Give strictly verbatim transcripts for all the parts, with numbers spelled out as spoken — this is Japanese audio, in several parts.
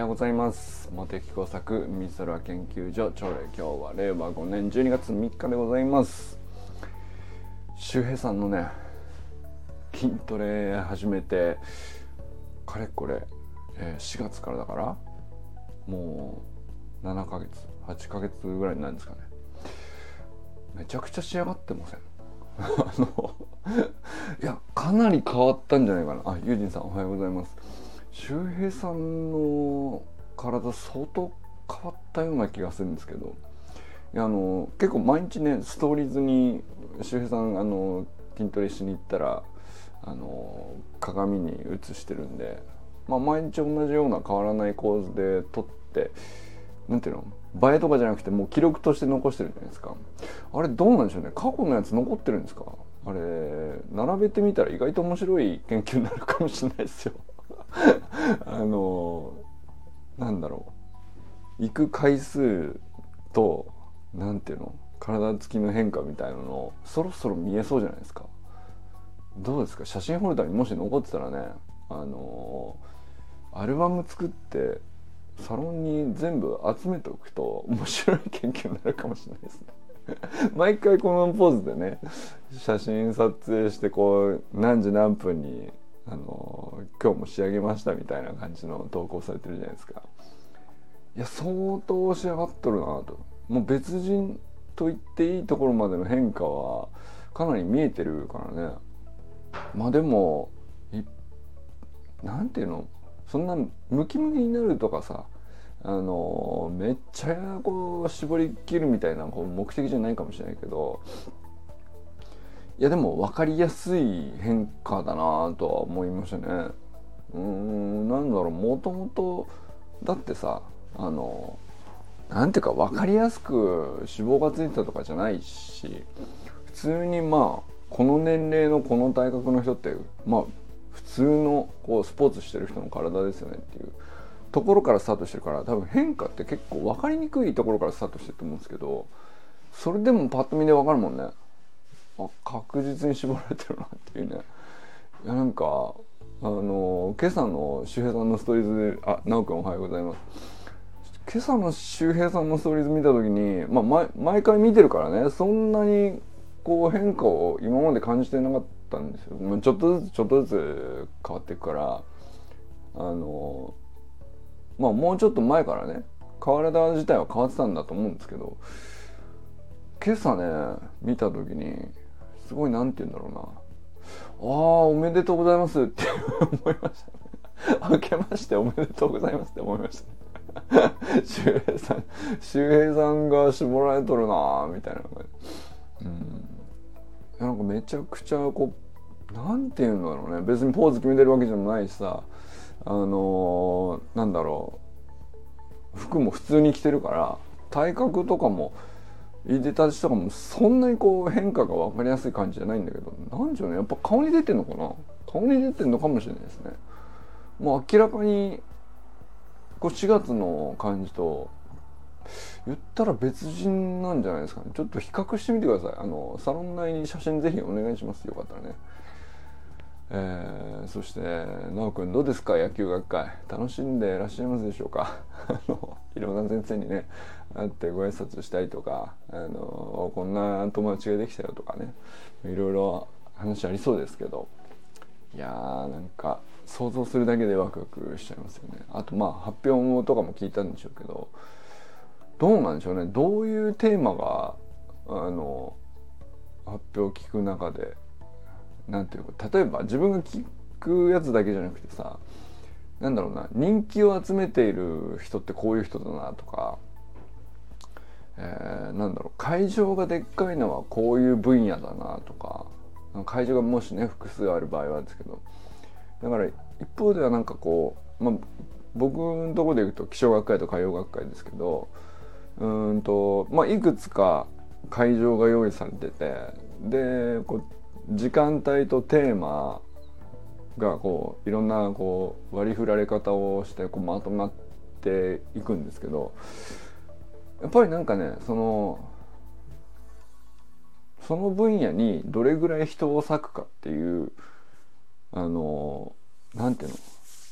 ございます。茂木工作美空研究所朝礼、今日はれいわごねんじゅうにがつみっかでございます。周平さんのね筋トレ始めてかれこれ、えー、しがつからだからもうななかげつはちかげつぐらいになるんですかね。めちゃくちゃ仕上がってません？あのいやかなり変わったんじゃないかな。あ、ユージンさんおはようございます。周平さんの体相当変わったような気がするんですけど、いやあの結構毎日ねストーリーズに周平さんあの筋トレしに行ったらあの鏡に映してるんで、まあ、毎日同じような変わらない構図で撮ってなんていうの映えとかじゃなくてもう記録として残してるじゃないですか。あれどうなんでしょうね。過去のやつ残ってるんですか？あれ並べてみたら意外と面白い研究になるかもしれないですよ。あのなんだろう、行く回数となんていうの体つきの変化みたいなのそろそろ見えそうじゃないですか。どうですか？写真ホルダーにもし残ってたらね、あのアルバム作ってサロンに全部集めておくと面白い研究になるかもしれないですね。毎回このポーズでね写真撮影してこう何時何分にあの今日も仕上げましたみたいな感じの投稿されてるじゃないですか。いや相当仕上がっとるなと。もう別人と言っていいところまでの変化はかなり見えてるからね。まあでもなんていうの、そんなムキムキになるとかさ、あのめっちゃこう絞り切るみたいなこう目的じゃないかもしれないけど、いやでも分かりやすい変化だなとは思いましたね。うーん、なんだろう、もともとだってさ、あのなんていうか分かりやすく脂肪がついたとかじゃないし、普通にまあこの年齢のこの体格の人ってまあ普通のこうスポーツしてる人の体ですよねっていうところからスタートしてるから、多分変化って結構分かりにくいところからスタートしてると思うんですけど、それでもパッと見で分かるもんね。あ、確実に絞られてるなっていうね。いやなんかあの今朝の周平さんのストーリーズで、あ、なおくんおはようございます。今朝の周平さんのストーリーズ見た時に、まあ、毎, 毎回見てるからね、そんなにこう変化を今まで感じてなかったんですよ。ちょっとずつちょっとずつ変わっていくから、あのまあもうちょっと前からね体自体は変わってたんだと思うんですけど、今朝ね見た時にすごいなんて言うんだろうな、あーおめでとうございますって思いましたね。明けましておめでとうございますって思いましたね。周平さん周平さんが絞られとるなーみたいな感じ。うん、いやなんかめちゃくちゃこうなんていうんだろうね、別にポーズ決めてるわけじゃないしさ、あのー、なんだろう、服も普通に着てるから体格とかもいでたちとかもそんなにこう変化が分かりやすい感じじゃないんだけど、なんでしょうね、やっぱ顔に出てんのかな、顔に出てんのかもしれないですね。もう明らかにこうしがつの感じと言ったら別人なんじゃないですかね。ちょっと比較してみてください。あのサロン内に写真ぜひお願いします。よかったらね。えー、そしてなおくんどうですか、野球学会楽しんでいらっしゃいますでしょうか。あのいろんな先生にね会ってご挨拶したりとか、あのこんな友達ができたよとかね、いろいろ話ありそうですけど、いやーなんか想像するだけでワクワクしちゃいますよね。あとまあ発表とかも聞いたんでしょうけど、どうなんでしょうね、どういうテーマがあの発表を聞く中でなんていうか、例えば自分が聞くやつだけじゃなくてさ、なんだろうな、人気を集めている人ってこういう人だなとか、えー、なんだろう、会場がでっかいのはこういう分野だなとか、会場がもしね複数ある場合はですけど、だから一方ではなんかこう、まあ、僕のところで言うと気象学会と歌謡学会ですけど、うーんと、まあ、いくつか会場が用意されてて、でこう時間帯とテーマがこういろんなこう割り振られ方をしてこうまとまっていくんですけど、やっぱりなんかね、そのその分野にどれぐらい人を割くかっていう、あのなんていうの、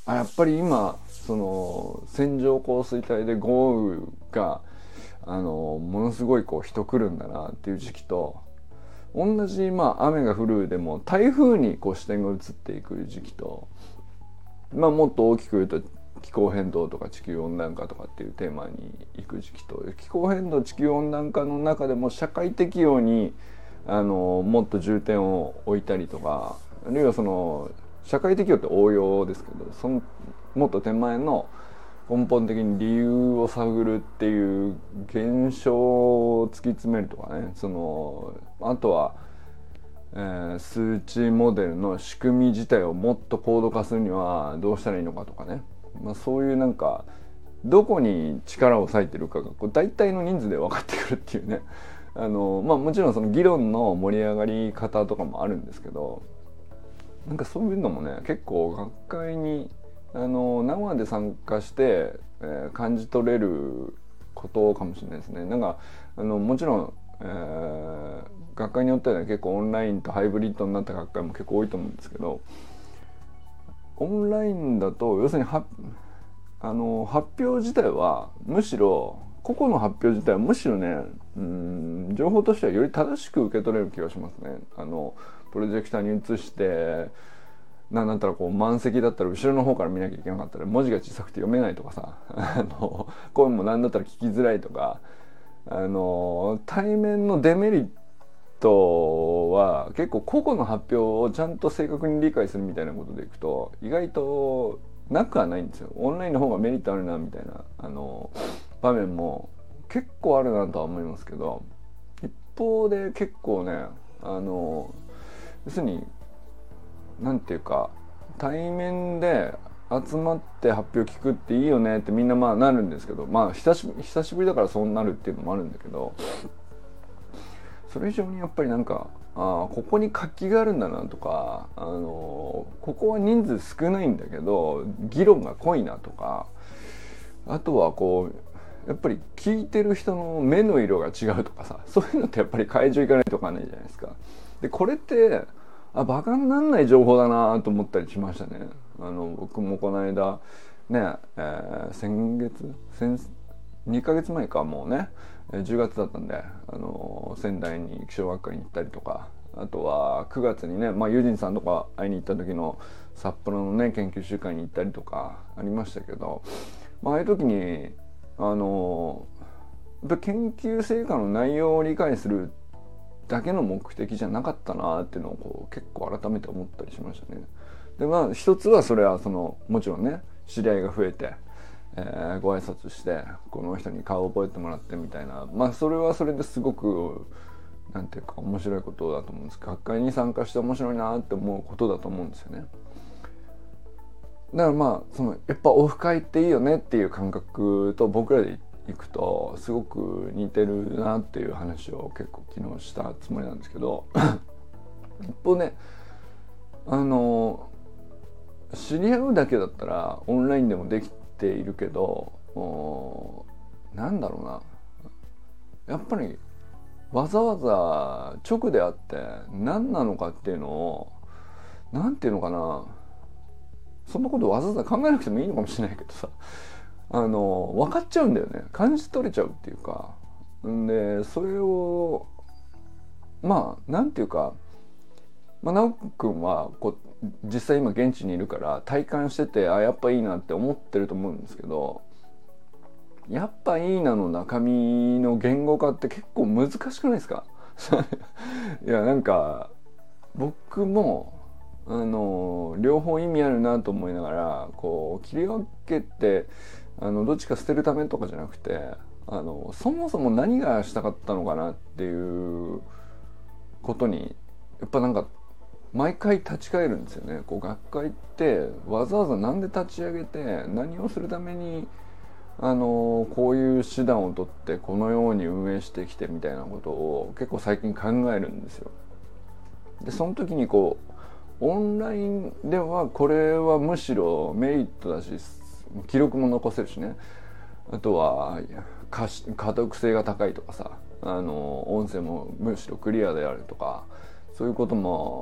あやっぱり今その線状降水帯で豪雨があのものすごいこう人来るんだなっていう時期と、同じまあ雨が降るでも台風にこう視点が移っていく時期と、まあもっと大きく言うと気候変動とか地球温暖化とかっていうテーマに行く時期と、気候変動地球温暖化の中でも社会適応にあのもっと重点を置いたりとか、あるいはその社会適応って応用ですけど、そのもっと手前の根本的に理由を探るっていう現象を突き詰めるとかね、そのあとは、えー、数値モデルの仕組み自体をもっと高度化するにはどうしたらいいのかとかね、まあ、そういうなんかどこに力を割いてるかがこう大体の人数で分かってくるっていうね、あの、まあ、もちろんその議論の盛り上がり方とかもあるんですけど、なんかそういうのもね結構学会にあの生で参加して、えー、感じ取れることかもしれないですね。なんかあのもちろん、えー、学会によっては、ね、結構オンラインとハイブリッドになった学会も結構多いと思うんですけど、オンラインだと要するにはあの発表自体はむしろ個々の発表自体はむしろね、うーん情報としてはより正しく受け取れる気がしますね。あのプロジェクターに映してなんだったらこう満席だったら後ろの方から見なきゃいけなかったら文字が小さくて読めないとかさ、あの声もなんだったら聞きづらいとか、あの対面のデメリットは結構個々の発表をちゃんと正確に理解するみたいなことでいくと意外となくはないんですよ。オンラインの方がメリットあるなみたいなあの場面も結構あるなとは思いますけど、一方で結構ねあの要するになんていうか対面で集まって発表聞くっていいよねってみんなまあなるんですけど、まあ久しぶり、久しぶりだからそうなるっていうのもあるんだけど、それ以上にやっぱりなんかあここに活気があるんだなとか、あのここは人数少ないんだけど議論が濃いなとか、あとはこうやっぱり聞いてる人の目の色が違うとかさ、そういうのってやっぱり会場行かないと分かんないじゃないですか。でこれってあバカになんない情報だなと思ったりしましたね。あの僕もこの間ね、えー、先月先にかげつまえかもうねじゅうがつだったんで、あの仙台に気象学会に行ったりとか、あとはくがつにね、まあ、ユージンさんとか会いに行った時の札幌のね研究集会に行ったりとかありましたけど、まあ、ああいう時にあのやっぱ研究成果の内容を理解するだけの目的じゃなかったなっていうのをこう結構改めて思ったりしましたね。でまあ一つはそれはそのもちろんね知り合いが増えて、えー、ご挨拶してこの人に顔を覚えてもらってみたいな、まあそれはそれですごくなんていうか面白いことだと思うんです。学会に参加して面白いなって思うことだと思うんですよね。だからまあそのやっぱオフ会っていいよねっていう感覚と僕らで行くとすごく似てるなっていう話を結構昨日したつもりなんですけど一方ねあの知り合うだけだったらオンラインでもできているけどなんだろうな、やっぱりわざわざ直で会って何なのかっていうのをなんていうのかな、そんなことわざわざ考えなくてもいいのかもしれないけどさ、あの分かっちゃうんだよね、感じ取れちゃうっていうか。んでそれをまあなんていうか、まあ、直君はこう実際今現地にいるから体感しててあやっぱいいなって思ってると思うんですけど、やっぱいいなの中身の言語化って結構難しくないですかいやなんか僕もあの両方意味あるなと思いながらこう切り分けてあのどっちか捨てるためとかじゃなくて、あのそもそも何がしたかったのかなっていうことにやっぱなんか毎回立ち返るんですよね。こう学会ってわざわざなんで立ち上げて何をするためにあのこういう手段をとってこのように運営してきてみたいなことを結構最近考えるんですよ。でその時にこうオンラインではこれはむしろメリットだし記録も残せるしね、あとは可読性が高いとかさ、あの音声もむしろクリアであるとか、そういうことも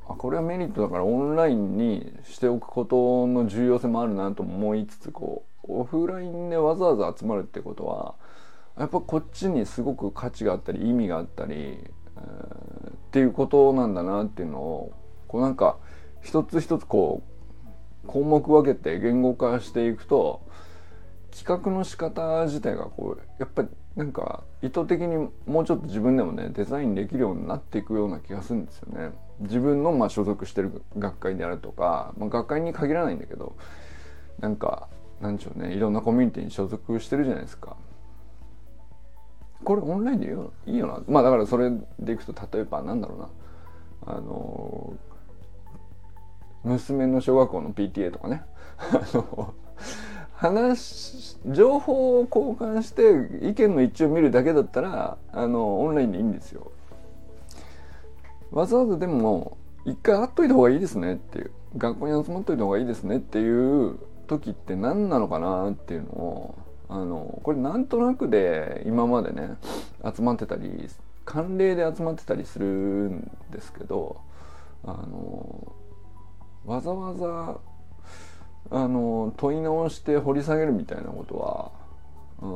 あこれはメリットだからオンラインにしておくことの重要性もあるなと思いつつ、こうオフラインでわざわざ集まるってことはやっぱこっちにすごく価値があったり意味があったり、えー、っていうことなんだなっていうのをこうなんか一つ一つこう項目分けて言語化していくと、企画の仕方自体がこうやっぱりなんか意図的にもうちょっと自分でもねデザインできるようになっていくような気がするんですよね。自分のまあ所属してる学会であるとか、まあ、学会に限らないんだけど、なんかなんでしょうね、いろんなコミュニティに所属してるじゃないですか。これオンラインでいいよいいよな。まあだからそれでいくと、例えばなんだろうな、あの娘の小学校の ピーティーエー とかねあの話情報を交換して意見の一致を見るだけだったらあのオンラインでいいんですよ。わざわざでも一回会っといた方がいいですねっていう、学校に集まっといた方がいいですねっていう時って何なのかなっていうのを、あのこれなんとなくで今までね集まってたり慣例で集まってたりするんですけど、あのわざわざあの問い直して掘り下げるみたいなことは、うん、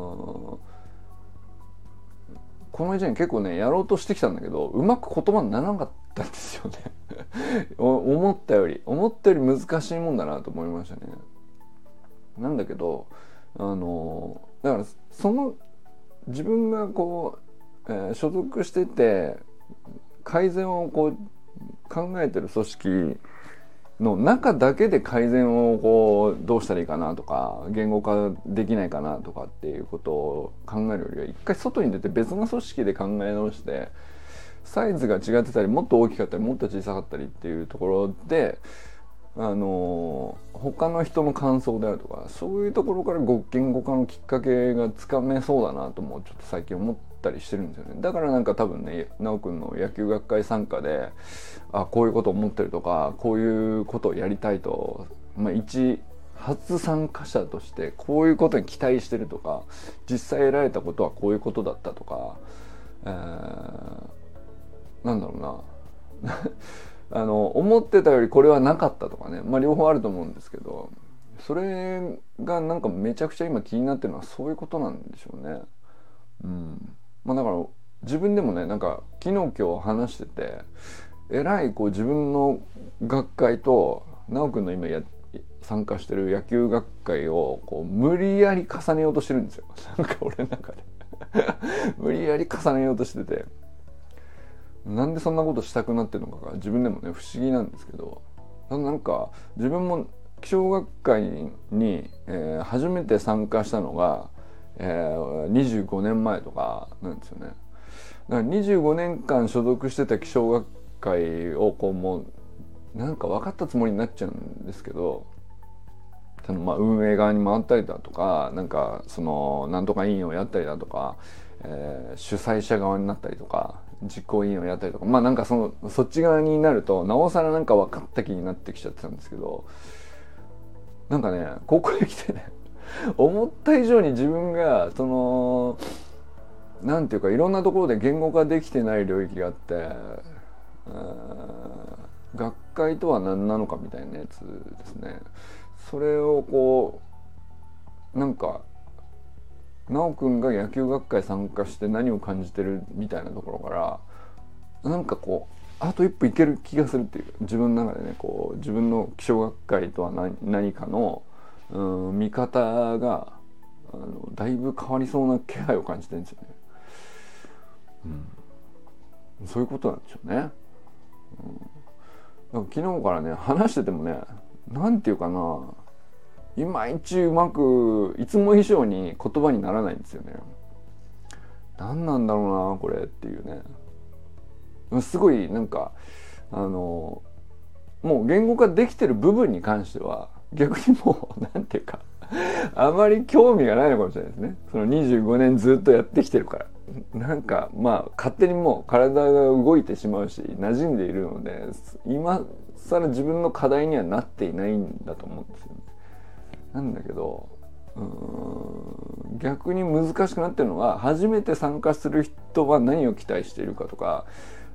このいちねん結構ねやろうとしてきたんだけど、うまく言葉にならなかったんですよね思ったより思ったより難しいもんだなと思いましたね。なんだけどあのだからその自分がこう、えー、所属してて改善をこう考えてる組織の中だけで改善をこうどうしたらいいかなとか言語化できないかなとかっていうことを考えるよりは、一回外に出て別の組織で考え直して、サイズが違ってたりもっと大きかったりもっと小さかったりっていうところで、あの他の人の感想であるとかそういうところから言語化のきっかけがつかめそうだなともちょっと最近思ったりしてるんですよね。だからなんか多分ね、直くんの野球学会参加であこういうこと思ってるとかこういうことをやりたいと、まあ、一初参加者としてこういうことに期待してるとか実際得られたことはこういうことだったとか、えー、なんだろうなあの思ってたよりこれはなかったとかね、まあ両方あると思うんですけど、それがなんかめちゃくちゃ今気になってるのはそういうことなんでしょうね。うん、まあだから自分でもねなんか昨日今日話しててえらいこう自分の学会と直くんの今や参加してる野球学会をこう無理やり重ねようとしてるんですよ。なんか俺の中で無理やり重ねようとしてて、なんでそんなことしたくなってるのかが自分でもね不思議なんですけど、なんか自分も気象学会に、えー、初めて参加したのが、えー、にじゅうごねんまえとかなんですよね。だからにじゅうごねんかん所属してた気象学会をこうもうなんか分かったつもりになっちゃうんですけど、そのまあ運営側に回ったりだとかなんかそのなんとか委員をやったりだとか、えー、主催者側になったりとか実行委員をやったりとか、まあなんかそのそっち側になるとなおさらなんか分かった気になってきちゃってたんですけど、なんかねここへ来てね思った以上に自分がそのなんていうかいろんなところで言語化できてない領域があって、学会とは何なのかみたいなやつですね。それをこうなんか直くんが野球学会参加して何を感じてるみたいなところからなんかこうあと一歩いける気がするっていう、自分の中でねこう自分の気象学会とは 何, 何かのうん見方があのだいぶ変わりそうな気配を感じてるんですよね。うん、そういうことなんでしょうね。うん、昨日からね話しててもねなんていうかないまいちうまくいつも以上に言葉にならないんですよね。何なんだろうなこれっていうね。すごいなんかあのもう言語化できてる部分に関しては逆にもうなんていうかあまり興味がないのかもしれないですね。そのにじゅうごねんずっとやってきてるからなんかまあ勝手にもう体が動いてしまうし馴染んでいるので今更自分の課題にはなっていないんだと思うんですよね。なんだけどうーん逆に難しくなってるのは初めて参加する人は何を期待しているかとか、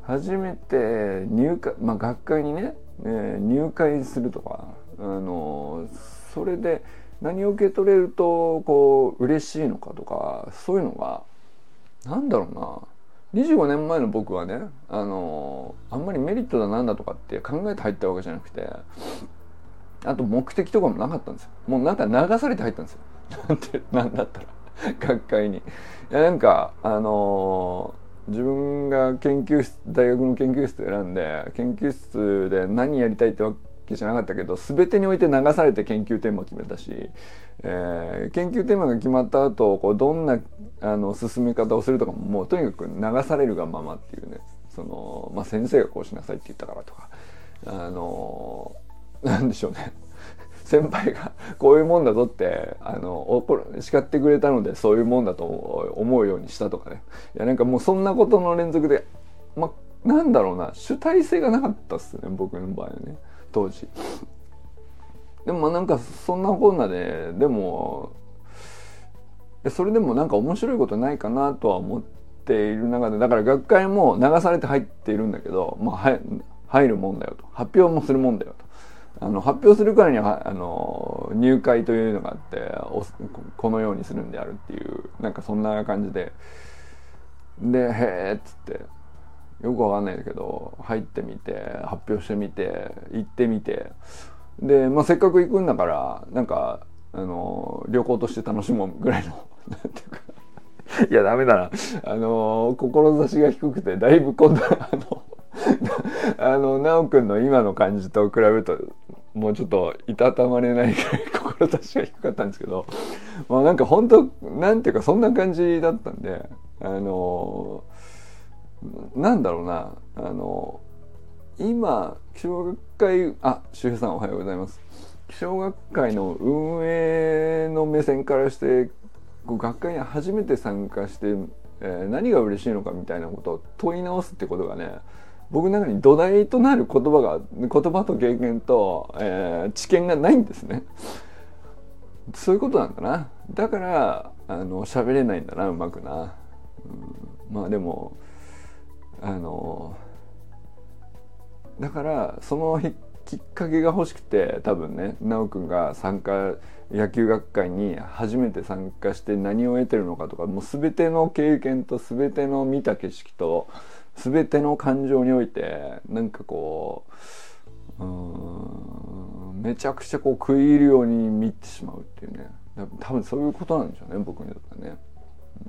初めて入会、まあ、学会にね、えー、入会するとか、あのそれで何を受け取れるとこう嬉しいのかとか、そういうのがなんだろうな、にじゅうごねんまえの僕はね、あのあんまりメリットだなんだとかって考えて入ったわけじゃなくて、あと目的とかもなかったんですよ。もうなんか流されて入ったんですよ。なんてなんだったら学会に。いやなんかあのー、自分が研究室大学の研究室選んで研究室で何やりたいってわけじゃなかったけど、全てにおいて流されて研究テーマを決めたし、えー、研究テーマが決まった後こうどんなあの進め方をするとかももうとにかく流されるがままっていうね、その、まあ、先生がこうしなさいって言ったからとか、あのー、なんでしょうね先輩がこういうもんだぞってあの怒る叱ってくれたのでそういうもんだと思うようにしたとかね。いやなんかもうそんなことの連続で、まあなんだろうな、主体性がなかったっすね僕の場合はね当時。でもまあなんかそんなこんなででもそれでもなんか面白いことないかなとは思っている中で、だから学会も流されて入っているんだけど、まあ入るもんだよと、発表もするもんだよと。あの発表するからにはあの入会というのがあってこのようにするんであるっていう、なんかそんな感じで、でへーっつってよくわかんないけど入ってみて発表してみて行ってみて、で、まあ、せっかく行くんだからなんかあの旅行として楽しもうぐらいのなんていうかいやダメだな、あの志が低くてだいぶ今度あのあの直くんの今の感じと比べるともうちょっといたたまれないぐらい志が低かったんですけど、まあなんか本当なんていうかそんな感じだったんで、あのなんだろうな、あの今気象学会、あ、周平さんおはようございます。気象学会の運営の目線からして学会に初めて参加して、えー、何が嬉しいのかみたいなことを問い直すってことがね、僕の中に土台となる言葉が言葉と経験と、えー、知見がないんですね。そういうことなんだな。だからあの喋れないんだな、うまくな、うん、まあでもあのだからそのきっかけが欲しくて、多分ね直くんが参加野球学会に初めて参加して何を得てるのかとか、もう全ての経験と全ての見た景色と全ての感情においてなんかこう、うーんめちゃくちゃこう食い入るように見てしまうっていうね、多分そういうことなんでしょうね僕にとってはね、うん、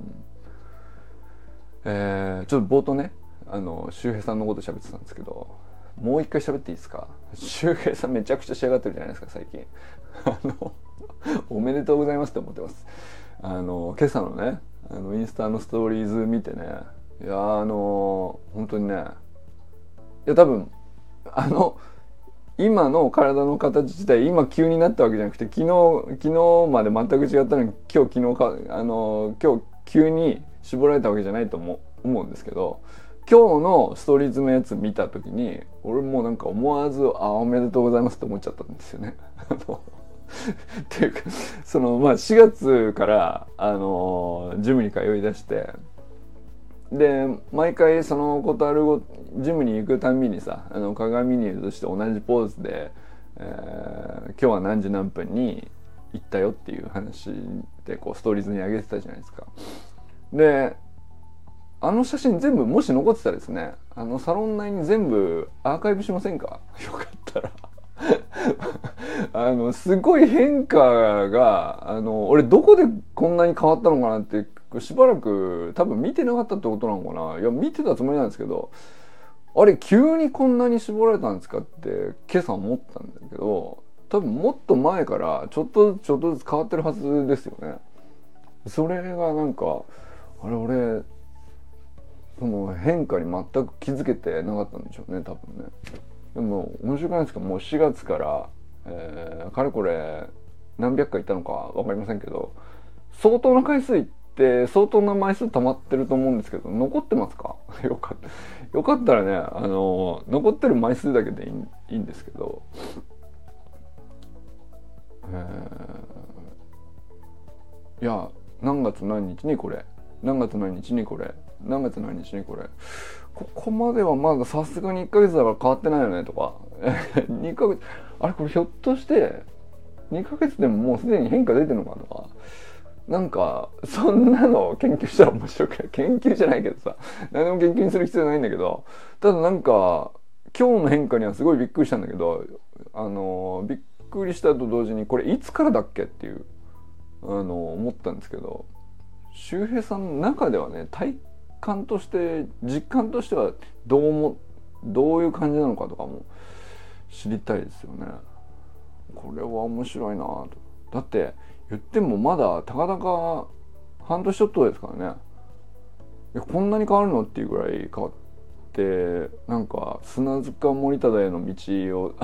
えー、ちょっと冒頭ねあの周平さんのこと喋ってたんですけど、もう一回喋っていいですか。周平さんめちゃくちゃ仕上がってるじゃないですか最近あのおめでとうございますって思ってます。あの今朝のねあのインスタのストーリーズ見てね、いやあの本当にね、いや多分あの今の体の形自体今急になったわけじゃなくて、昨日昨日まで全く違ったのに今日昨日かあの今日急に絞られたわけじゃないと思思うんですけど、今日のストーリーズのやつ見た時に俺もなんか思わずあおめでとうございますって思っちゃったんですよね。っていうかそのまあしがつからあのジムに通い出して、で毎回そのことあるごジムに行くたんびにさ、あの鏡に映して同じポーズで、えー、今日は何時何分に行ったよっていう話でこうストーリーズに上げてたじゃないですか。であの写真全部もし残ってたらですね、あのサロン内に全部アーカイブしませんか。よかったらあのすごい変化があの俺どこでこんなに変わったのかなってしばらく多分見てなかったってことなのかな。いや見てたつもりなんですけど、あれ急にこんなに絞られたんですかって今朝思ったんだけど、多分もっと前からちょっとちょっとずつ変わってるはずですよね。それがなんかあれ俺その変化に全く気づけてなかったんでしょうね多分ね。でも面白くないですか、もうしがつから、えー、かれこれ何百回行ったのか分かりませんけど、相当な回数行って相当な枚数溜まってると思うんですけど、残ってますか。よかったよかったらね、あの残ってる枚数だけでいい、いいんですけど、えー、いや何月何日にこれ何月何日にこれ何月何日にこれここまではまださすがにいっかげつだから変わってないよねとかにかげつあれこれひょっとしてにかげつでももうすでに変化出てるのかとかなんかそんなのを研究したら面白くない研究じゃないけどさ何でも研究にする必要ないんだけどただなんか今日の変化にはすごいびっくりしたんだけどあのびっくりしたと同時にこれいつからだっけっていうあの思ったんですけど周平さんの中ではね体感として実感としてはどうもどういう感じなのかとかも知りたいですよね。これは面白いなと。だって言ってもまだたかだか半年ちょっとですからね。いやこんなに変わるのっていうぐらい変わってなんか砂塚森忠への道を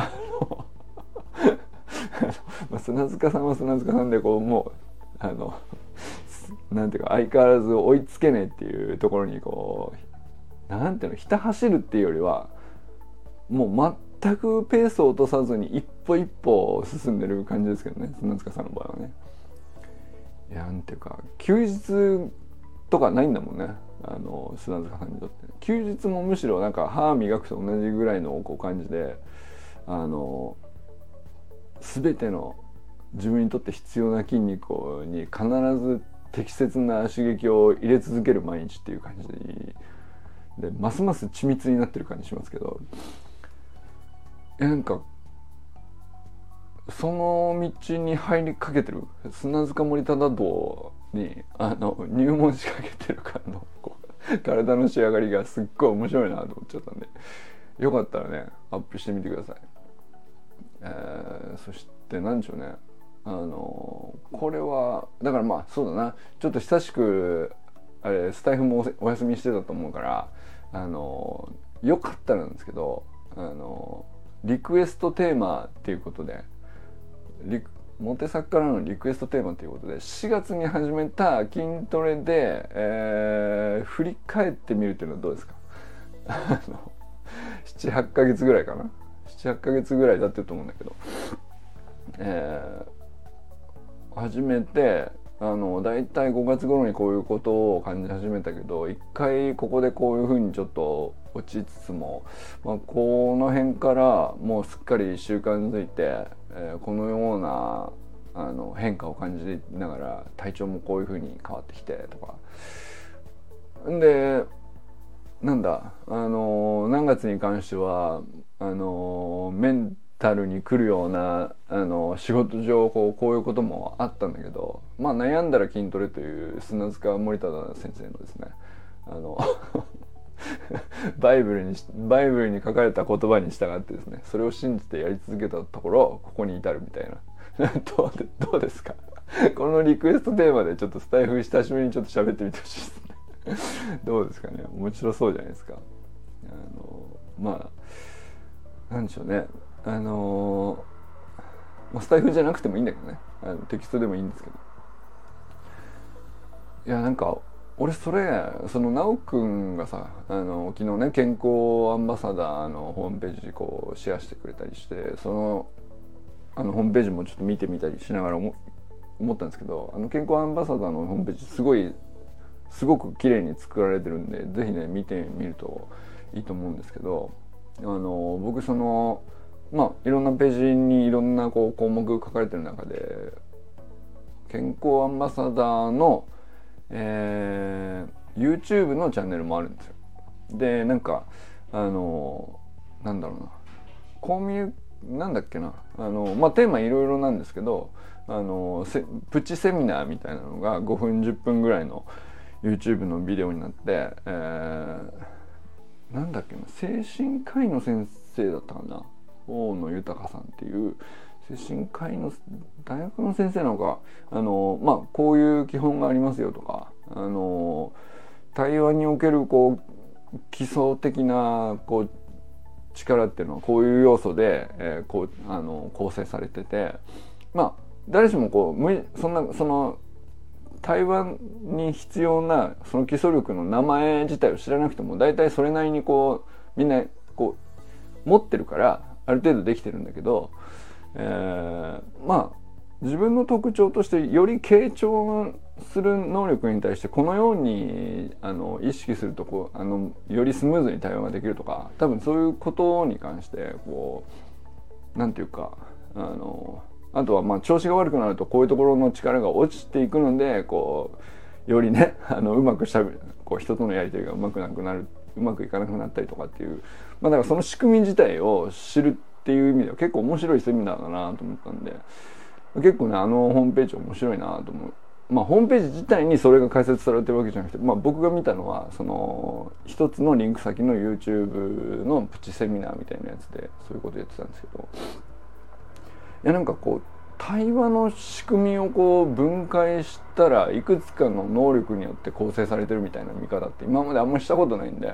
まあ砂塚さんは砂塚さんでこうもうあのなんていうか相変わらず追いつけねえっていうところにこうなんていうのひた走るっていうよりはもう全くペースを落とさずに一歩一歩進んでる感じですけどね砂塚さんの場合はね。いやなんていうか休日とかないんだもんねあの砂塚さんにとって休日もむしろなんか歯磨くと同じぐらいのこう感じであの全ての自分にとって必要な筋肉に必ず適切な刺激を入れ続ける毎日っていう感じでますます緻密になってる感じしますけどえなんかその道に入りかけてる砂塚森忠道にあの入門しかけてる感のこう体の仕上がりがすっごい面白いなと思っちゃったんでよかったらねアップしてみてください。えー、そして何でしょうねあのこれはだからまあそうだなちょっと久しくあれスタイフもお休みしてたと思うからあのよかったらなんですけどあのリクエストテーマっていうことでリモテ作からのリクエストテーマということでしがつに始めた筋トレで、えー、振り返ってみるっていうのはどうですかあのななはちかげつぐらいかなななはちかげつぐらいだってると思うんだけど、えー、始めてあのだいたいごがつ頃にこういうことを感じ始めたけど一回ここでこういうふうにちょっと落ちつつも、まあ、この辺からもうすっかり習慣づいて、えー、このようなあの変化を感じながら体調もこういうふうに変わってきてとかでなんだあの何月に関してはあのメンタルに来るようなあの仕事上こう、こういうこともあったんだけどまあ悩んだら筋トレという砂塚森忠先生のですねあのバイブルにバイブルに書かれた言葉に従ってですねそれを信じてやり続けたところここに至るみたいなどうで、どうですかこのリクエストテーマでちょっとスタイフ久しぶりにちょっと喋ってみてほしいですねどうですかね面白そうじゃないですかあのまあなんでしょうねあのまあ、スタイフじゃなくてもいいんだけどねあのテキストでもいいんですけどいやなんか俺それそのなおくんがさあの昨日ね健康アンバサダーのホームページこうシェアしてくれたりしてそのあのホームページもちょっと見てみたりしながら思思ったんですけどあの健康アンバサダーのホームページすごいすごく綺麗に作られてるんでぜひね見てみるといいと思うんですけどあの僕そのまあいろんなページにいろんなこう項目書かれてる中で健康アンバサダーの、えー、YouTube のチャンネルもあるんですよ。でなんかあのなんだろうなコミュなんだっけなあのまあテーマいろいろなんですけどあのプチセミナーみたいなのがごふんじゅっぷんぐらいの YouTube のビデオになって、えー、なんだっけな精神科医の先生だったかな大野豊さんっていう精神科医の大学の先生なのかあのまあこういう基本がありますよとかあの対話におけるこう基礎的なこう力っていうのはこういう要素で、えー、こうあの構成されててまあ誰しもこうそんなその対話に必要なその基礎力の名前自体を知らなくても大体それなりにこうみんなこう持ってるからある程度できてるんだけど、えー、まあ自分の特徴としてより傾聴する能力に対してこのようにあの意識するとこうあのよりスムーズに対話ができるとか、多分そういうことに関してこうなんていうかあのあとはまあ調子が悪くなるとこういうところの力が落ちていくので、こうよりねあのうまくしゃべこう人とのやり取りがうまくなくなるうまくいかなくなったりとかっていう、まあだからその仕組み自体を知るっていう意味では結構面白いセミナーだなと思ったんで、結構ねあのホームページ面白いなと思う。まあホームページ自体にそれが解説されてるわけじゃなくて、まあ僕が見たのはその一つのリンク先の YouTube のプチセミナーみたいなやつでそういうことやってたんですけど、いやなんかこう対話の仕組みをこう分解したらいくつかの能力によって構成されてるみたいな見方って今まであんまりしたことないんで、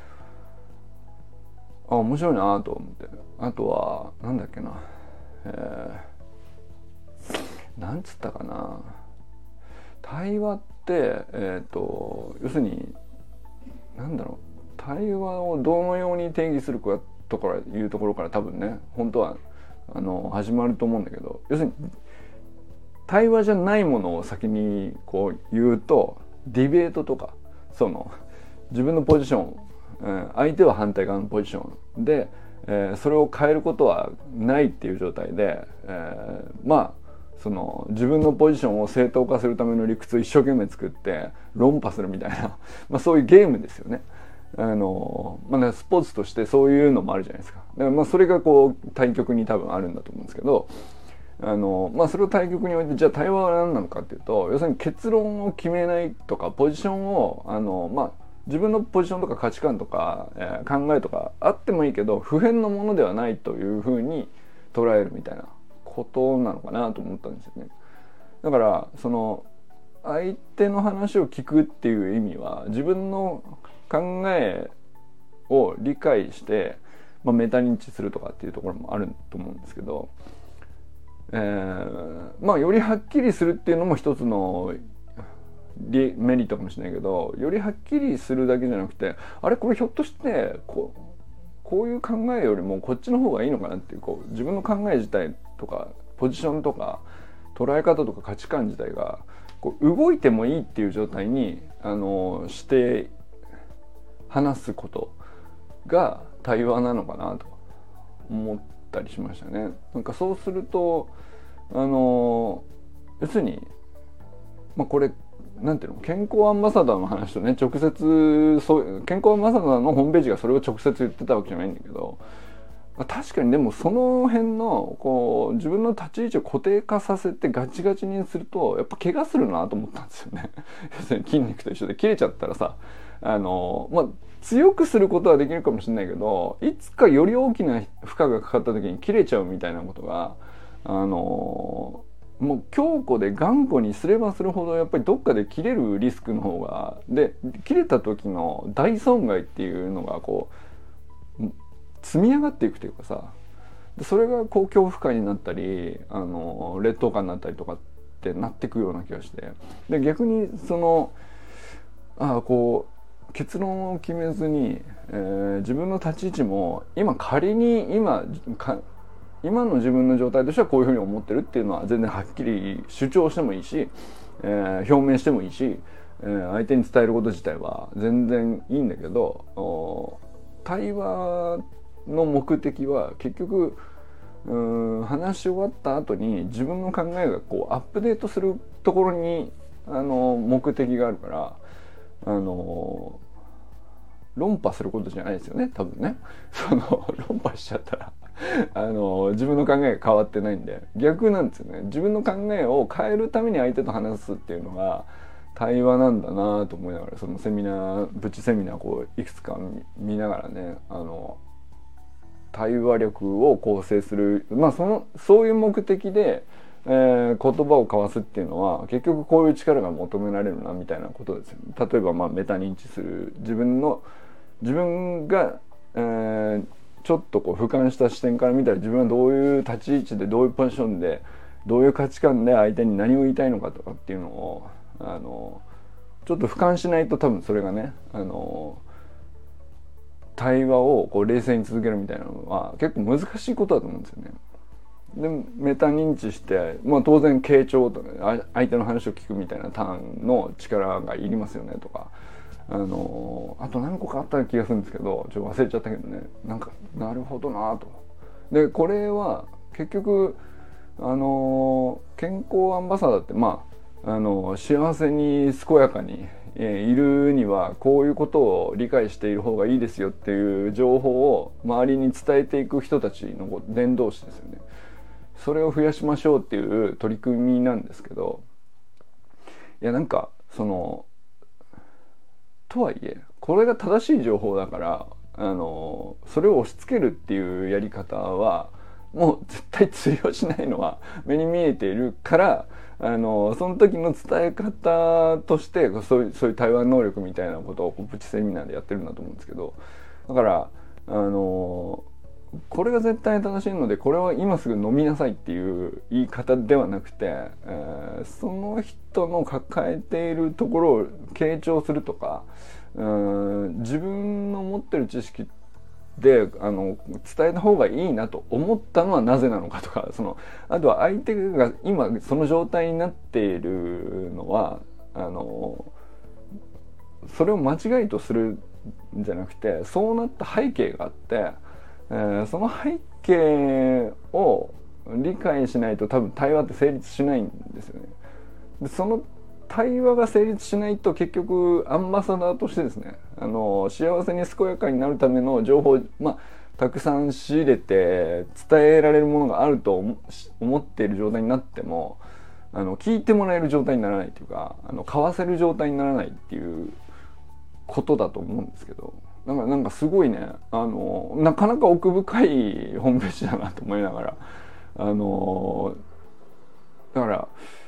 あ面白いなと思って。あとはなんだっけな、えー、なんつったかな、対話ってえっと要するになんだろう、対話をどのように定義するかとかいうところから多分ね本当はあの始まると思うんだけど、要するに対話じゃないものを先にこう言うとディベートとか、その自分のポジション、えー、相手は反対側のポジションで、えー、それを変えることはないっていう状態で、えー、まあその自分のポジションを正当化するための理屈を一生懸命作って論破するみたいなまあそういうゲームですよね。あのまあね、スポーツとしてそういうのもあるじゃないですか。だからまあそれがこう対局に多分あるんだと思うんですけど、あのまあそれを対局においてじゃあ対話は何なのかっていうと、要するに結論を決めないとかポジションをあのまあ自分のポジションとか価値観とか、えー、考えとかあってもいいけど不変のものではないというふうに捉えるみたいなことなのかなと思ったんですよね。だからその相手の話を聞くっていう意味は自分の考えを理解して、まあ、メタ認知するとかっていうところもあると思うんですけど、えー、まあよりはっきりするっていうのも一つのメリットかもしれないけど、よりはっきりするだけじゃなくて、あれこれひょっとしてこう、こういう考えよりもこっちの方がいいのかなっていう、こう自分の考え自体とかポジションとか捉え方とか価値観自体がこう動いてもいいっていう状態にあのして話すことが対話なのかなと思ったりしましたね。なんかそうするとあの要するに、まあ、これなんていうの、健康アンバサダーの話とね直接そう健康アンバサダーのホームページがそれを直接言ってたわけじゃないんだけど、確かにでもその辺のこう自分の立ち位置を固定化させてガチガチにするとやっぱ怪我するなと思ったんですよね。要するに筋肉と一緒で切れちゃったらさ、あのまあ強くすることはできるかもしれないけど、いつかより大きな負荷がかかった時に切れちゃうみたいなことがあのもう強固で頑固にすればするほどやっぱりどっかで切れるリスクの方がで、切れた時の大損害っていうのがこう積み上がっていくというかさ、それがこう恐怖感になったりあの劣等感になったりとかってなっていくような気がして、で逆にそのああこう結論を決めずに、えー、自分の立ち位置も今仮に今か今の自分の状態としてはこういうふうに思ってるっていうのは全然はっきり主張してもいいし、えー、表明してもいいし、えー、相手に伝えること自体は全然いいんだけど、対話の目的は結局うーん話し終わった後に自分の考えがこうアップデートするところにあの目的があるから、あの論破することじゃないですよね多分ね。その論破しちゃったらあの自分の考えが変わってないんで、逆なんですよね。自分の考えを変えるために相手と話すっていうのが対話なんだなと思いながら、そのセミナープチセミナーこういくつか見ながらね、あの対話力を構成する、まあそのそういう目的で、えー、言葉を交わすっていうのは結局こういう力が求められるなみたいなことですよね。例えばまあメタ認知する、自分の自分が、えー、ちょっとこう俯瞰した視点から見たら自分はどういう立ち位置でどういうポジションでどういう価値観で相手に何を言いたいのかとかっていうのをあのちょっと俯瞰しないと多分それがねあの対話をこう冷静に続けるみたいなのは結構難しいことだと思うんですよね。 でメタ認知して、まあ、当然傾聴とか相手の話を聞くみたいなターンの力がいりますよねとか、あのあと何個かあった気がするんですけどちょっと忘れちゃったけどね、なんかなるほどなと。でこれは結局あの健康アンバサダーってまああの幸せに健やかにえいるにはこういうことを理解している方がいいですよっていう情報を周りに伝えていく人たちの伝道師ですよね。それを増やしましょうっていう取り組みなんですけど、いやなんかそのとはいえこれが正しい情報だからあのそれを押し付けるっていうやり方はもう絶対通用しないのは目に見えているから、あのその時の伝え方としてそういう、そういう対話能力みたいなことをプチセミナーでやってるんだと思うんですけど、だからあのこれが絶対正しいのでこれは今すぐ飲みなさいっていう言い方ではなくて、えー、その人の抱えているところを傾聴するとか、うん、自分の持ってる知識であの伝えた方がいいなと思ったのはなぜなのかとか、そのあとは相手が今その状態になっているのはあのそれを間違いとするんじゃなくてそうなった背景があって、えー、その背景を理解しないと多分対話って成立しないんですよね。でその対話が成立しないと結局アンバサダーとしてですね、あの幸せに健やかになるための情報を、まあ、たくさん仕入れて伝えられるものがあると思っている状態になってもあの聞いてもらえる状態にならないというか、あの交わせる状態にならないっていうことだと思うんですけど、だからなんかすごいね、あのなかなか奥深いホームページだなと思いながら、あのだから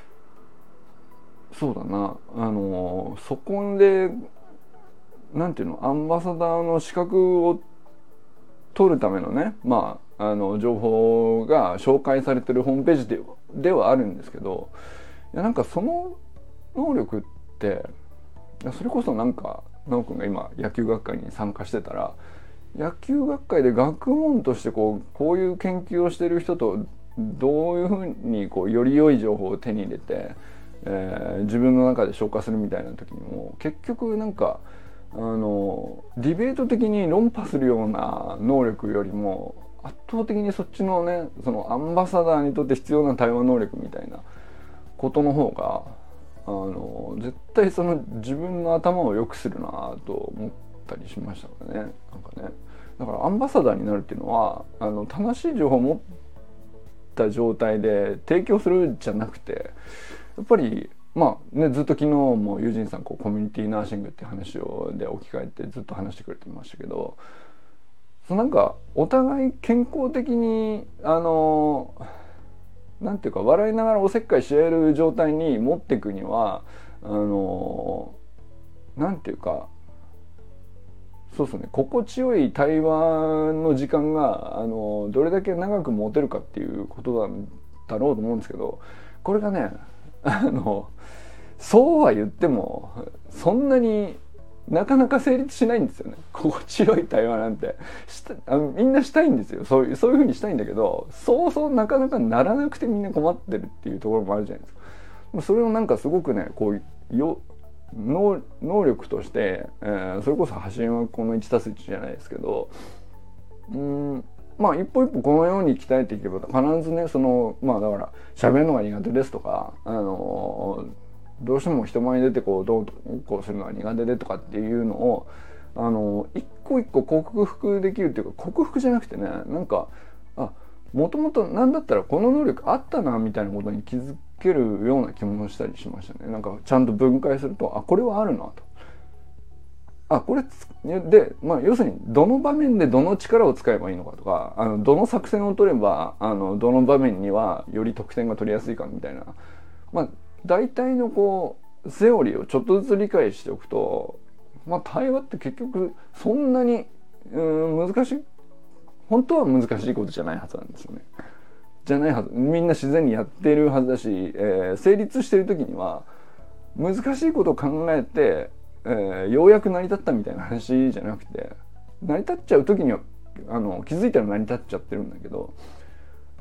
そうだな、あのそこでなんていうのアンバサダーの資格を取るためのね、まああの情報が紹介されてるホームページでではあるんですけど、いやなんかその能力ってそれこそなんか直くんが今野球学会に参加してたら野球学会で学問としてこうこういう研究をしてる人とどういうふうにこうより良い情報を手に入れて、えー、自分の中で消化するみたいな時にも結局なんかあのディベート的に論破するような能力よりも圧倒的にそっちのねそのアンバサダーにとって必要な対話能力みたいなことの方があの絶対その自分の頭を良くするなと思ったりしましたからね。なんかね、だからアンバサダーになるっていうのはあの正しい情報を持った状態で提供するんじゃなくて、やっぱりまあねずっと昨日もユージンさんこうコミュニティナーシングっていう話をで置き換えてずっと話してくれてましたけど、そのなんかお互い健康的にあのなんていうか笑いながらおせっかいし合える状態に持っていくにはあのなんていうかそうですね心地よい対話の時間があのどれだけ長く持てるかっていうことなんだろうと思うんですけど、これがねあのそうは言ってもそんなになかなか成立しないんですよね。心地よい対話なんてしたあのみんなしたいんですよ。そういうそういう風にしたいんだけど、そうそうなかなかならなくてみんな困ってるっていうところもあるじゃないですか。それをなんかすごくねこうよ 能, 能力として、えー、それこそ発信はこのいちたすいちじゃないですけど、うーんまあ一歩一歩このように鍛えていけば必ずねそのまあだから喋るのが苦手ですとかあのーどうしても人前に出てこうどうこうするのが苦手でとかっていうのをあの一個一個克服できるっていうか、克服じゃなくてねなんかあもともとなんだったらこの能力あったなみたいなことに気づけるような気もしたりしましたね。なんかちゃんと分解するとあこれはあるなと、あこれで、まあ、要するにどの場面でどの力を使えばいいのかとかあのどの作戦を取ればあのどの場面にはより得点が取りやすいかみたいな、まあ大体のこうセオリーをちょっとずつ理解しておくと、まあ、対話って結局そんなにうん難しい本当は難しいことじゃないはずなんですよね。じゃないはず、みんな自然にやってるはずだし、えー、成立してる時には難しいことを考えて、えー、ようやく成り立ったみたいな話じゃなくて、成り立っちゃう時にはあの気づいたら成り立っちゃってるんだけど、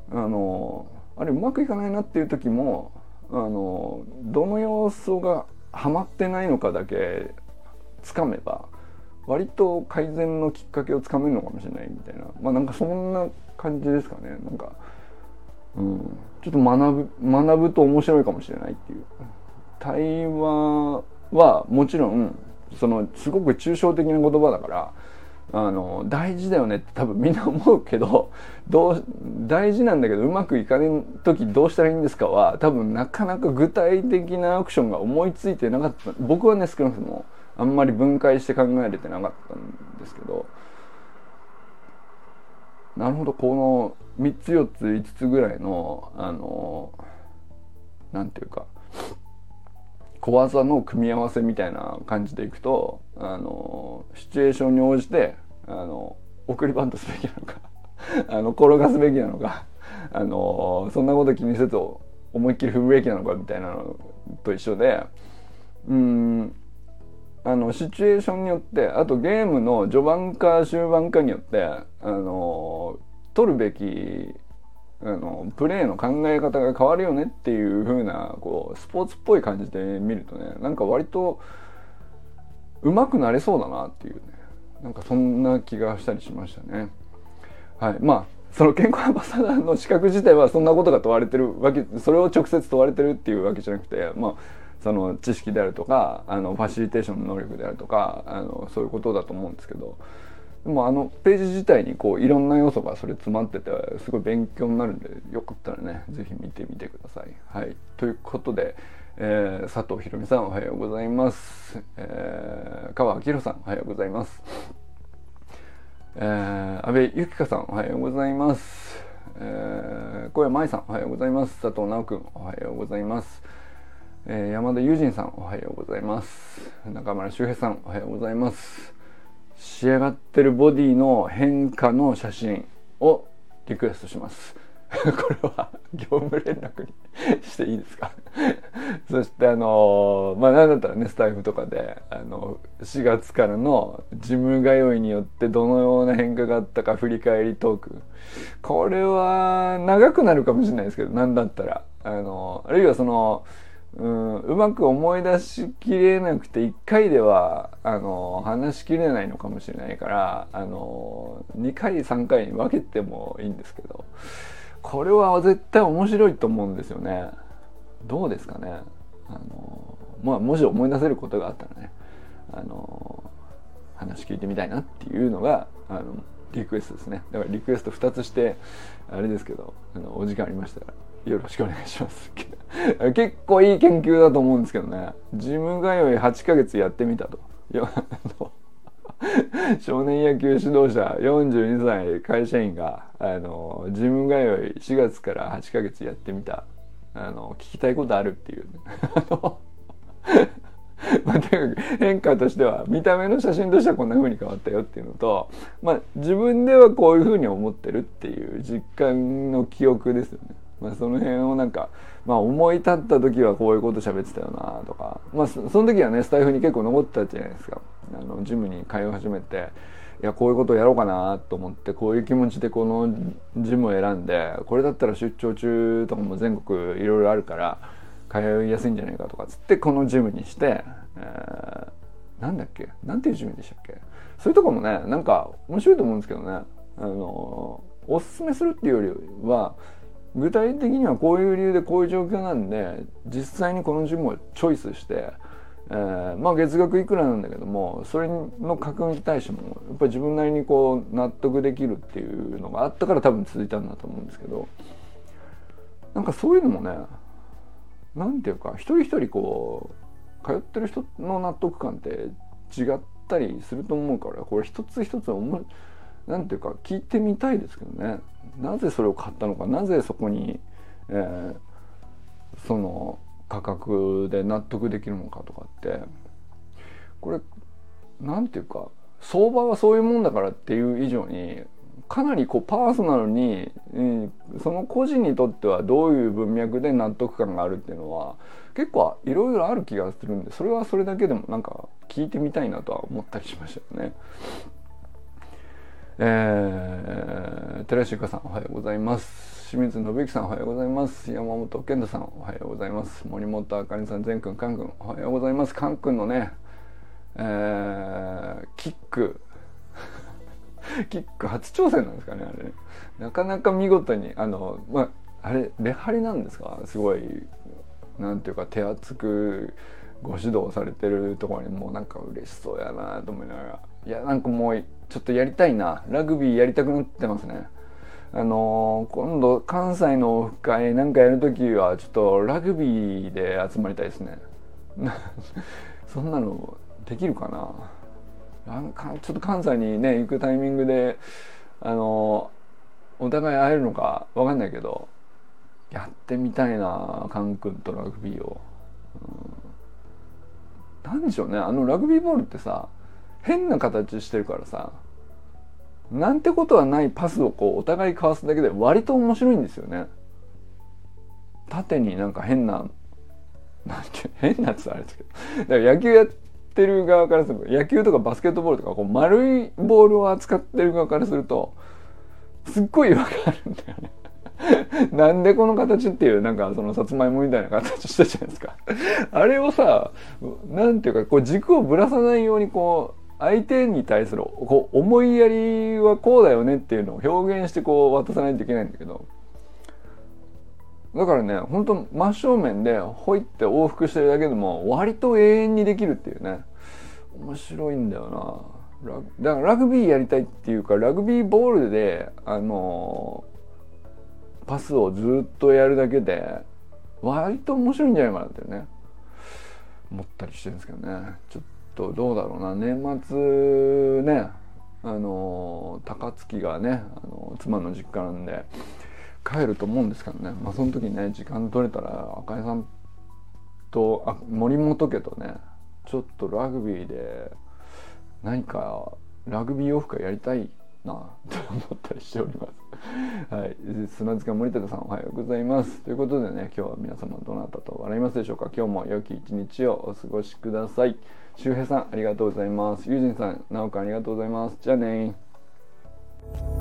あのあれうまくいかないなっていう時もあのどの要素がハマってないのかだけつかめば割と改善のきっかけをつかめるのかもしれないみたいな、まあなんかそんな感じですかね。なんか、うん、ちょっと学ぶ学ぶと面白いかもしれないっていう。対話はもちろんそのすごく抽象的な言葉だからあの大事だよねって多分みんな思うけど、どう大事なんだけどうまくいかない時どうしたらいいんですかは多分なかなか具体的なアクションが思いついてなかった。僕はね少なくともあんまり分解して考えれてなかったんですけど、なるほどこのみっつよっついつつぐらいのあのなんていうか小技の組み合わせみたいな感じでいくとあのシチュエーションに応じてあの送りバントすべきなのかあの転がすべきなのかあのそんなこと気にせず思いっきり振るべきなのかみたいなのと一緒で、うーんあのシチュエーションによって、あとゲームの序盤か終盤かによってあの取るべきあのプレーの考え方が変わるよねっていう風なこうスポーツっぽい感じで見るとね、なんか割と上手くなれそうだなっていうね、なんかそんな気がしたりしましたね。はい、まあその健康アンバサダーの資格自体はそんなことが問われてるわけ、それを直接問われてるっていうわけじゃなくて、まあその知識であるとかあのファシリテーションの能力であるとかあのそういうことだと思うんですけど、でもあのページ自体にこういろんな要素がそれ詰まっててすごい勉強になるんで、よかったらねぜひ見てみてください。はい、ということで、えー、佐藤ひろみさんおはようございます、えー、川明宏さんおはようございます、えー、安部ゆきかさんおはようございます、えー、小山愛さんおはようございます、佐藤直くんおはようございます、えー、山田友人さんおはようございます、中村修平さんおはようございます。仕上がってるボディの変化の写真をリクエストしますこれは業務連絡にしていいですかそしてあのまあ何だったらねスタイフとかであのしがつからのジム通いによってどのような変化があったか振り返りトーク、これは長くなるかもしれないですけど、何だったらあのあるいはそのうん、うまく思い出しきれなくていっかいではあの話しきれないのかもしれないからあのにかいさんかいに分けてもいいんですけど、これは絶対面白いと思うんですよね。どうですかね。あの、まあ、もし思い出せることがあったらねあの話聞いてみたいなっていうのがあのリクエストですね。だからリクエストふたつしてあれですけど、あのお時間ありましたらよろしくお願いします結構いい研究だと思うんですけどね。ジム通いはちかげつやってみたと少年野球指導者よんじゅうにさい会社員があのジム通いしがつからはちかげつやってみた、あの聞きたいことあるっていう、ね、まあ、とにかく変化としては見た目の写真としてはこんな風に変わったよっていうのと、まあ、自分ではこういう風に思ってるっていう実感の記憶ですよね。まあ、その辺をなんか、まあ、思い立った時はこういうこと喋ってたよなとか、まあ、その時はねスタイフに結構残ってたじゃないですか。あのジムに通い始めて、いやこういうことをやろうかなと思って、こういう気持ちでこのジムを選んで、これだったら出張中とかも全国いろいろあるから通いやすいんじゃないかとかつってこのジムにして、えー、なんだっけなんていうジムでしたっけ。そういうとこもねなんか面白いと思うんですけどね、あのおすすめするっていうよりは具体的にはこういう理由でこういう状況なんで実際にこのジムをチョイスして、えー、まあ月額いくらなんだけどもそれの価格に対してもやっぱり自分なりにこう納得できるっていうのがあったから多分続いたんだと思うんですけど、なんかそういうのもねなんていうか一人一人こう通ってる人の納得感って違ったりすると思うから、これ一つ一つ思うなんていうか聞いてみたいですけどね。なぜそれを買ったのか、なぜそこに、えー、その価格で納得できるのかとかって、これなんていうか相場はそういうもんだからっていう以上にかなりこうパーソナルに、うん、その個人にとってはどういう文脈で納得感があるっていうのは結構いろいろある気がするんで、それはそれだけでもなんか聞いてみたいなとは思ったりしましたよね。えー、寺石ゆかさんおはようございます。 清水信之さんおはようございます。山本健太さんおはようございます。森本あかりさん、善くん、かんくんおはようございます。かんくんのね、えー、キックキック初挑戦なんですかね、あれね。なかなか見事にあの、まあ、あれレハリなんですか、すごいなんていうか手厚くご指導されてるところにもうなんか嬉しそうやなと思いながら、いやなんかもうちょっとやりたいな、ラグビーやりたくなってますね。あのー、今度関西のオフ会なんかやるときはちょっとラグビーで集まりたいですねそんなのできるかな。なんかちょっと関西にね行くタイミングであのー、お互い会えるのか分かんないけどやってみたいな、カン君とラグビーを、うん、なんでしょうね、あのラグビーボールってさ変な形してるからさ、なんてことはないパスをこうお互い交わすだけで割と面白いんですよね。縦になんか変ななんて変なやつあれですけど、だから野球やってる側からすると、野球とかバスケットボールとかこう丸いボールを扱ってる側からするとすっごい違和感あるんだよねなんでこの形っていうなんかそのさつまいもみたいな形してるじゃないですかあれをさ、なんていうかこう軸をぶらさないようにこう相手に対するこう思いやりはこうだよねっていうのを表現してこう渡さないといけないんだけど、だからね本当真正面でほいって往復してるだけでも割と永遠にできるっていうね、面白いんだよな。だからラグビーやりたいっていうか、ラグビーボールであのパスをずっとやるだけで割と面白いんじゃないかなってね思ったりしてるんですけどね。ちょっとどうだろうな、年末ねあの高槻がねあの妻の実家なんで帰ると思うんですけどね、まあ、その時にね時間取れたら赤井さんとあ森本家とねちょっとラグビーで何かラグビーオフ会やりたいなと思ったりしておりますはい、砂塚森田さんおはようございます。ということでね、今日は皆様どなたと笑いますでしょうか。今日も良き一日をお過ごしください。周平さんありがとうございます。ゆうじんさん、なおくんありがとうございます。じゃあねー。